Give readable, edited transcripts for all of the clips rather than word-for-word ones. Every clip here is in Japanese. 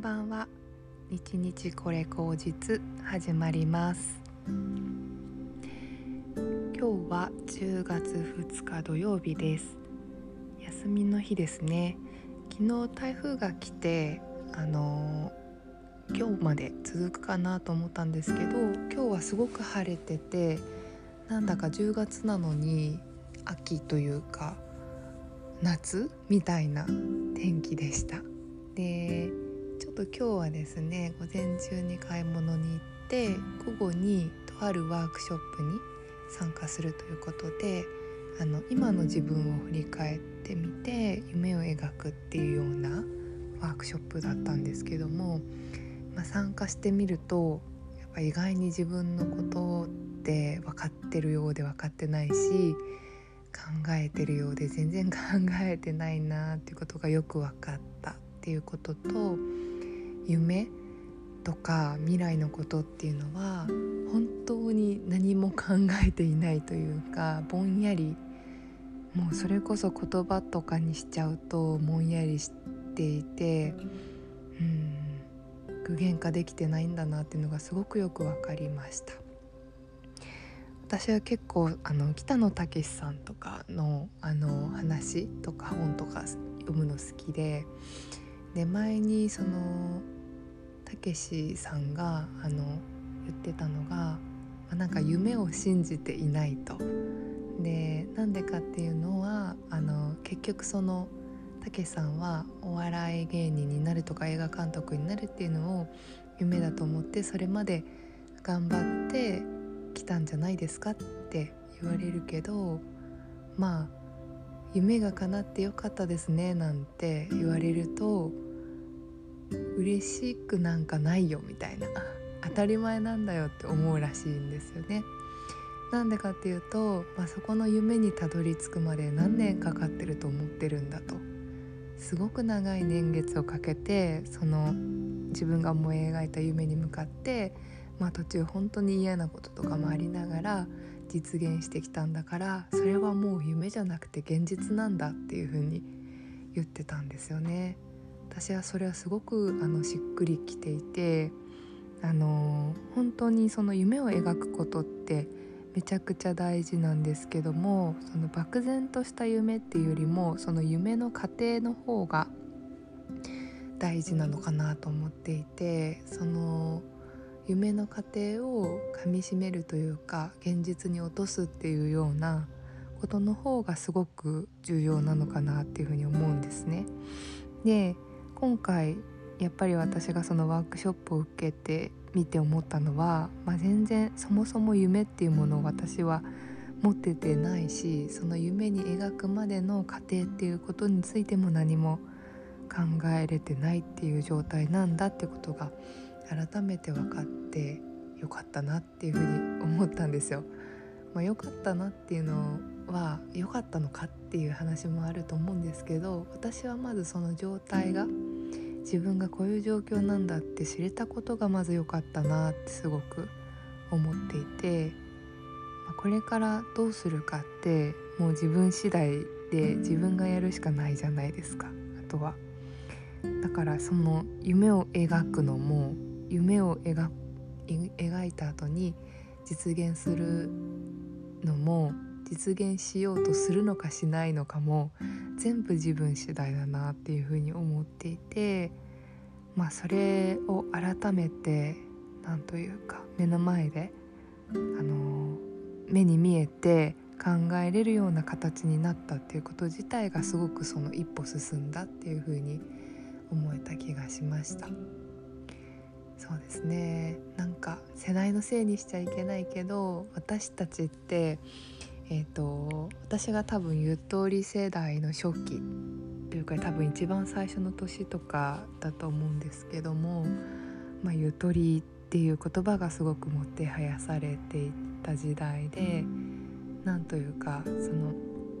ばんは。日日これ口実始まります。今日は10月2日土曜日です。休みの日ですね。昨日台風が来て今日まで続くかなと思ったんですけど、今日はすごく晴れてて、なんだか10月なのに秋というか夏みたいな天気でした。でちょっと今日はですね、午前中に買い物に行って午後にとあるワークショップに参加するということで、今の自分を振り返ってみて夢を描くっていうようなワークショップだったんですけども、参加してみるとやっぱ意外に自分のことって分かってるようで分かってないし、考えてるようで全然考えてないなっていうことがよく分かったっていうことと、夢とか未来のことっていうのは本当に何も考えていないというか、ぼんやり、もうそれこそ言葉とかにしちゃうとぼんやりしていて、具現化できてないんだなっていうのがすごくよく分かりました。私は結構北野武さんとかの話とか本とか読むの好きで、前にその武さんが言ってたのが、なんか夢を信じていないと。でなんでかっていうのは結局その武さんはお笑い芸人になるとか映画監督になるっていうのを夢だと思って、それまで頑張ってきたんじゃないですかって言われるけど、夢が叶ってよかったですねなんて言われると嬉しくなんかないよみたいな、当たり前なんだよって思うらしいんですよね。なんでかっていうと、そこの夢にたどり着くまで何年かかってると思ってるんだと。すごく長い年月をかけてその自分が思い描いた夢に向かって、途中本当に嫌なこととかもありながら実現してきたんだから、それはもう夢じゃなくて現実なんだっていう風に言ってたんですよね。私はそれはすごくしっくりきていて、本当にその夢を描くことってめちゃくちゃ大事なんですけども、その漠然とした夢っていうよりもその夢の過程の方が大事なのかなと思っていて、その夢の過程をかみしめるというか現実に落とすっていうようなことの方がすごく重要なのかなっていうふうに思うんですね。で今回やっぱり私がそのワークショップを受けてみて思ったのは、全然そもそも夢っていうものを私は持っててないし、その夢に描くまでの過程っていうことについても何も考えれてないっていう状態なんだってことが改めて分かってよかったなっていうふうに思ったんですよ。よかったなっていうのはよかったのかっていう話もあると思うんですけど、私はまずその状態が自分がこういう状況なんだって知れたことがまず良かったなってすごく思っていて、これからどうするかってもう自分次第で自分がやるしかないじゃないですか。あとはだからその夢を描くのも、夢を描いた後に実現するのも、実現しようとするのかしないのかも全部自分次第だなっていうふうに思っていて、それを改めてなんというか目の前で目に見えて考えれるような形になったっていうこと自体がすごくその一歩進んだっていうふうに思えた気がしました。そうですね、なんか世代のせいにしちゃいけないけど、私たちって私が多分ゆとり世代の初期というか多分一番最初の年とかだと思うんですけども、ゆとりっていう言葉がすごくもてはやされていった時代で、なんというかその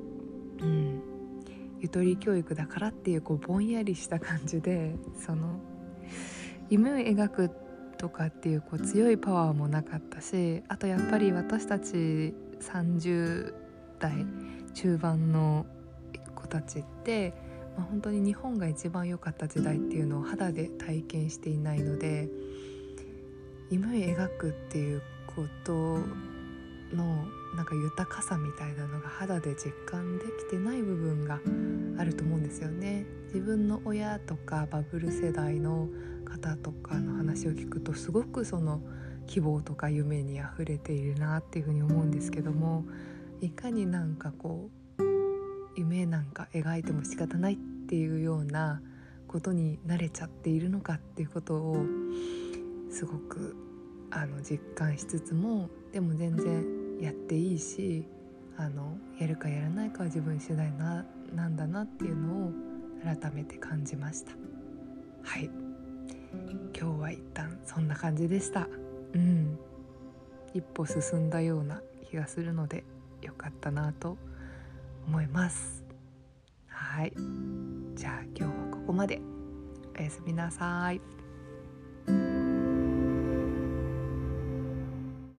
ゆとり教育だからっていうぼんやりした感じで、その夢を描くとかっていう強いパワーもなかったし、あとやっぱり私たち30代中盤の子たちって本当に日本が一番良かった時代っていうのを肌で体験していないので、夢を描くっていうことのなんか豊かさみたいなのが肌で実感できてない部分があると思うんですよね。自分の親とかバブル世代の方とかの話を聞くと、すごくその希望とか夢にあふれているなっていうふうに思うんですけども、いかになんかこう夢なんか描いても仕方ないっていうようなことに慣れちゃっているのかっていうことをすごく実感しつつも、でも全然やっていいし、やるかやらないかは自分次第なんだなっていうのを改めて感じました。はい、今日は一旦そんな感じでした。一歩進んだような気がするのでよかったなと思います。はい、じゃあ今日はここまで。おやすみなさい。